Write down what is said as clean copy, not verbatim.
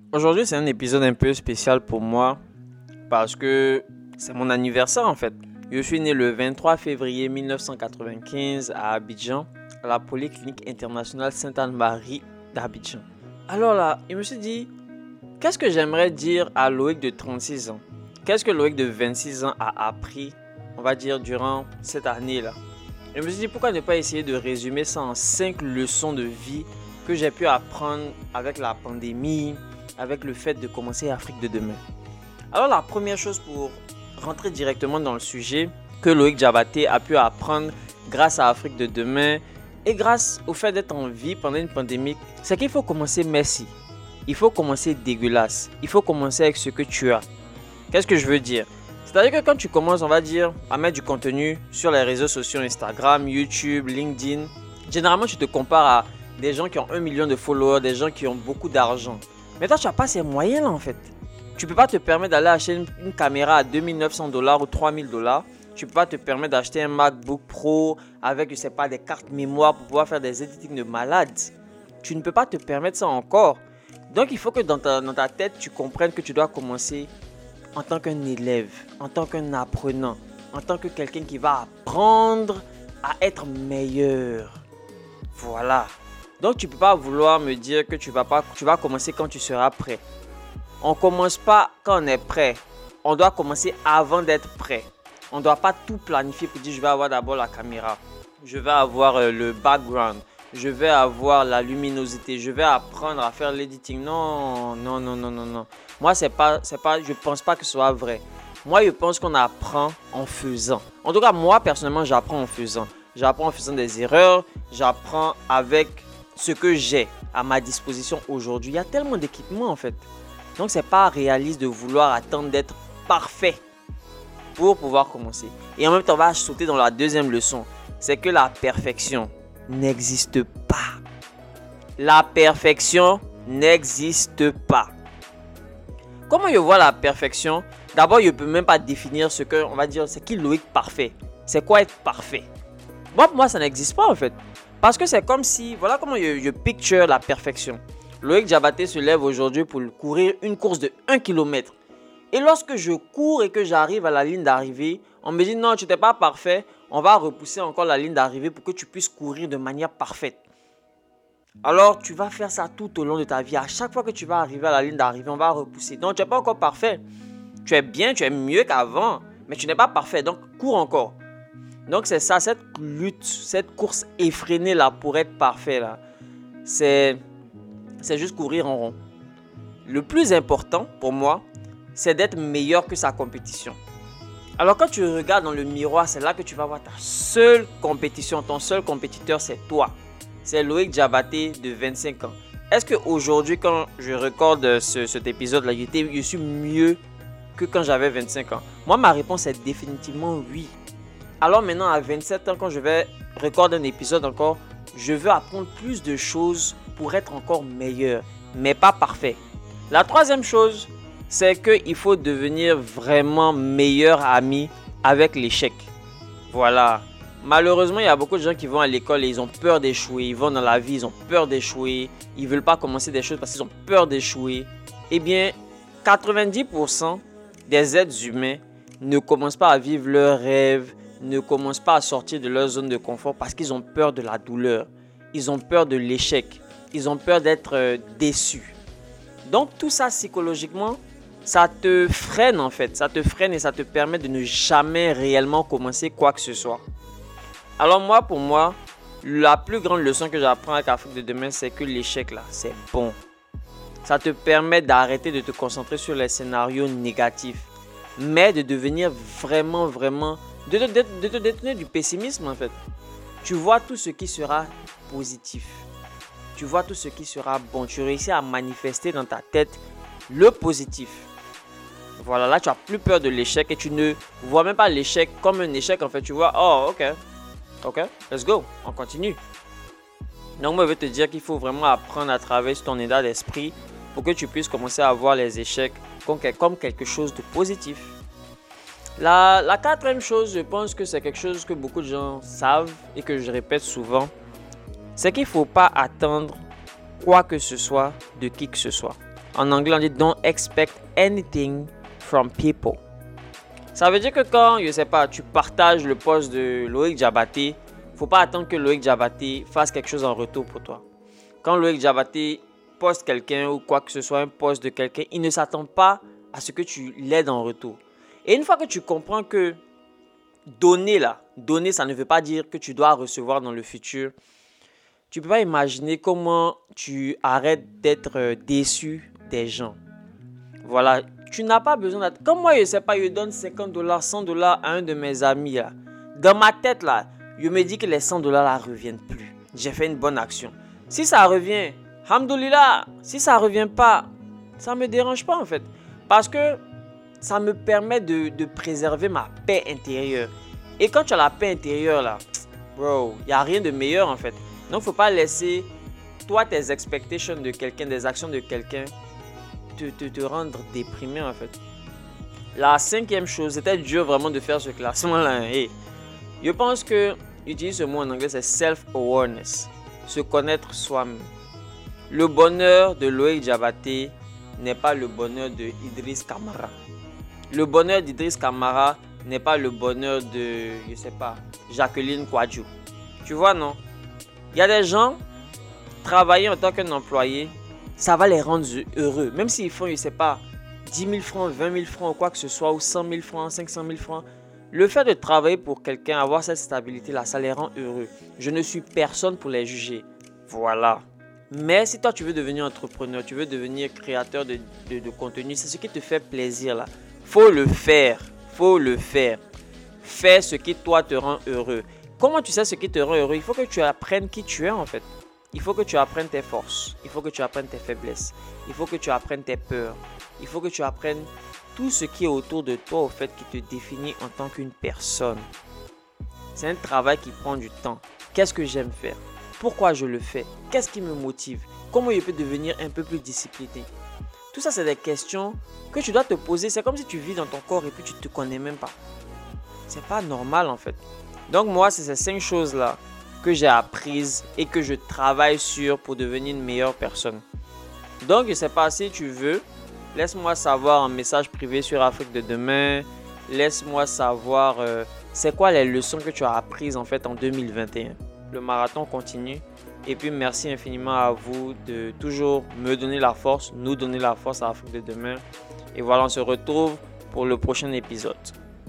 Aujourd'hui, c'est un épisode un peu spécial pour moi parce que c'est mon anniversaire en fait. Je suis né le 23 février 1995 à Abidjan, à la Polyclinique internationale Sainte-Anne-Marie d'Abidjan. Alors là, je me suis dit, qu'est-ce que j'aimerais dire à Loïc de 36 ans? Qu'est-ce que Loïc de 26 ans a appris, on va dire, durant cette année-là? Je me suis dit, pourquoi ne pas essayer de résumer ça en 5 leçons de vie que j'ai pu apprendre avec la pandémie, avec le fait de commencer Afrique de demain. Alors la première chose pour rentrer directement dans le sujet que Loïc Diabaté a pu apprendre grâce à Afrique de demain et grâce au fait d'être en vie pendant une pandémie, c'est qu'il faut commencer messy. Il faut commencer dégueulasse. Il faut commencer avec ce que tu as. Qu'est-ce que je veux dire? C'est-à-dire que quand tu commences, on va dire, à mettre du contenu sur les réseaux sociaux, Instagram, YouTube, LinkedIn, généralement tu te compares à des gens qui ont 1 million de followers, des gens qui ont beaucoup d'argent. Mais toi, tu n'as pas ces moyens là en fait. Tu ne peux pas te permettre d'aller acheter une caméra à 2900$ ou 3000$. Tu ne peux pas te permettre d'acheter un MacBook Pro avec, je sais pas, des cartes mémoire pour pouvoir faire des editing de malade. Tu ne peux pas te permettre ça encore. Donc, il faut que dans ta tête, tu comprennes que tu dois commencer en tant qu'un élève, en tant qu'un apprenant, en tant que quelqu'un qui va apprendre à être meilleur. Voilà. Donc tu ne peux pas vouloir me dire que tu vas commencer quand tu seras prêt. On ne commence pas quand on est prêt. On doit commencer avant d'être prêt. On ne doit pas tout planifier pour dire je vais avoir d'abord la caméra. Je vais avoir le background. Je vais avoir la luminosité. Je vais apprendre à faire l'editing. Non. Moi, je ne pense pas que ce soit vrai. Moi, je pense qu'on apprend en faisant. En tout cas, moi, personnellement, j'apprends en faisant. J'apprends en faisant des erreurs. J'apprends avec ce que j'ai à ma disposition aujourd'hui. Il y a tellement d'équipements en fait. Donc c'est pas réaliste de vouloir attendre d'être parfait pour pouvoir commencer. Et en même temps, on va sauter dans la deuxième leçon. C'est que la perfection n'existe pas. La perfection n'existe pas. Comment je vois la perfection? D'abord, je ne peux même pas définir ce que, on va dire, c'est qui Loïc parfait. C'est quoi être parfait? Bon, pour moi, ça n'existe pas en fait. Parce que c'est comme si, voilà comment je picture la perfection. Loïc Diabaté se lève aujourd'hui pour courir une course de 1 km. Et lorsque je cours et que j'arrive à la ligne d'arrivée, on me dit non, tu n'es pas parfait, on va repousser encore la ligne d'arrivée pour que tu puisses courir de manière parfaite. Alors tu vas faire ça tout au long de ta vie. À chaque fois que tu vas arriver à la ligne d'arrivée, on va repousser. Donc tu n'es pas encore parfait. Tu es bien, tu es mieux qu'avant, mais tu n'es pas parfait, donc cours encore. Donc c'est ça, cette lutte, cette course effrénée là pour être parfait là, c'est juste courir en rond. Le plus important pour moi, c'est d'être meilleur que sa compétition. Alors quand tu regardes dans le miroir, c'est là que tu vas voir ta seule compétition, ton seul compétiteur c'est toi. C'est Loïc Diabaté de 25 ans. Est-ce qu'aujourd'hui quand je recorde cet épisode là, je suis mieux que quand j'avais 25 ans? Moi ma réponse est définitivement oui. Alors maintenant à 27 ans quand je vais recorder un épisode encore, je veux apprendre plus de choses pour être encore meilleur, mais pas parfait. La troisième chose, c'est qu'il faut devenir vraiment meilleur ami avec l'échec. Voilà. Malheureusement, il y a beaucoup de gens qui vont à l'école et ils ont peur d'échouer. Ils vont dans la vie, ils ont peur d'échouer. Ils ne veulent pas commencer des choses parce qu'ils ont peur d'échouer. Eh bien, 90% des êtres humains ne commencent pas à vivre leurs rêves, ne commencent pas à sortir de leur zone de confort parce qu'ils ont peur de la douleur. Ils ont peur de l'échec. Ils ont peur d'être déçus. Donc tout ça psychologiquement, ça te freine en fait. Ça te freine et ça te permet de ne jamais réellement commencer quoi que ce soit. Alors moi, pour moi, la plus grande leçon que j'apprends avec Afrique de demain, c'est que l'échec là, c'est bon. Ça te permet d'arrêter de te concentrer sur les scénarios négatifs, mais de devenir vraiment, de te détourner du pessimisme en fait. Tu vois tout ce qui sera positif. Tu vois tout ce qui sera bon. Tu réussis à manifester dans ta tête le positif. Voilà, là tu n'as plus peur de l'échec et tu ne vois même pas l'échec comme un échec en fait. Tu vois, oh ok, let's go, on continue. Donc moi je veux te dire qu'il faut vraiment apprendre à travailler sur ton état d'esprit pour que tu puisses commencer à voir les échecs comme quelque chose de positif. La quatrième chose, je pense que c'est quelque chose que beaucoup de gens savent et que je répète souvent, c'est qu'il ne faut pas attendre quoi que ce soit de qui que ce soit. En anglais, on dit don't expect anything from people. Ça veut dire que quand, je sais pas, tu partages le post de Loïc Diabaté, faut pas attendre que Loïc Diabaté fasse quelque chose en retour pour toi. Quand Loïc Diabaté poste quelqu'un ou quoi que ce soit, un post de quelqu'un, il ne s'attend pas à ce que tu l'aides en retour. Et une fois que tu comprends que donner, ça ne veut pas dire que tu dois recevoir dans le futur, tu peux pas imaginer comment tu arrêtes d'être déçu des gens. Voilà, tu n'as pas besoin d'être... Comme moi, je sais pas, je donne $50, $100 à un de mes amis là. Dans ma tête là, je me dis que les $100 là reviennent plus. J'ai fait une bonne action. Si ça revient, alhamdoulilah. Si ça revient pas, ça me dérange pas en fait. Parce que ça me permet de préserver ma paix intérieure. Et quand tu as la paix intérieure là, bro, il n'y a rien de meilleur en fait. Donc, faut pas laisser toi tes expectations de quelqu'un, des actions de quelqu'un te rendre déprimé en fait. La 5e chose, c'était dur vraiment de faire ce classement là. Et je pense que utiliser ce mot en anglais, c'est self-awareness. Se connaître soi-même. Le bonheur de Loïc Diabaté n'est pas le bonheur de Idriss Camara. Le bonheur d'Idriss Camara n'est pas le bonheur de, je sais pas, Jacqueline Kwadjo. Tu vois, non? Il y a des gens, travailler en tant qu'un employé, ça va les rendre heureux. Même s'ils font, je sais pas, 10 000 francs, 20 000 francs ou quoi que ce soit, ou 100 000 francs, 500 000 francs. Le fait de travailler pour quelqu'un, avoir cette stabilité-là, ça les rend heureux. Je ne suis personne pour les juger. Voilà. Mais si toi, tu veux devenir entrepreneur, tu veux devenir créateur de contenu, c'est ce qui te fait plaisir là. Faut le faire. Faut le faire. Fais ce qui, toi, te rend heureux. Comment tu sais ce qui te rend heureux? Il faut que tu apprennes qui tu es en fait. Il faut que tu apprennes tes forces. Il faut que tu apprennes tes faiblesses. Il faut que tu apprennes tes peurs. Il faut que tu apprennes tout ce qui est autour de toi, au fait, qui te définit en tant qu'une personne. C'est un travail qui prend du temps. Qu'est-ce que j'aime faire? Pourquoi je le fais? Qu'est-ce qui me motive? Comment je peux devenir un peu plus discipliné? Tout ça, c'est des questions que tu dois te poser. C'est comme si tu vis dans ton corps et puis tu ne te connais même pas. C'est pas normal en fait. Donc moi, c'est ces 5 choses-là que j'ai apprises et que je travaille sur pour devenir une meilleure personne. Donc, je ne sais pas si tu veux, laisse-moi savoir en message privé sur Afrique de demain. Laisse-moi savoir c'est quoi les leçons que tu as apprises en fait en 2021. Le marathon continue. Et puis, merci infiniment à vous de toujours me donner la force, nous donner la force à Afrique de demain. Et voilà, on se retrouve pour le prochain épisode.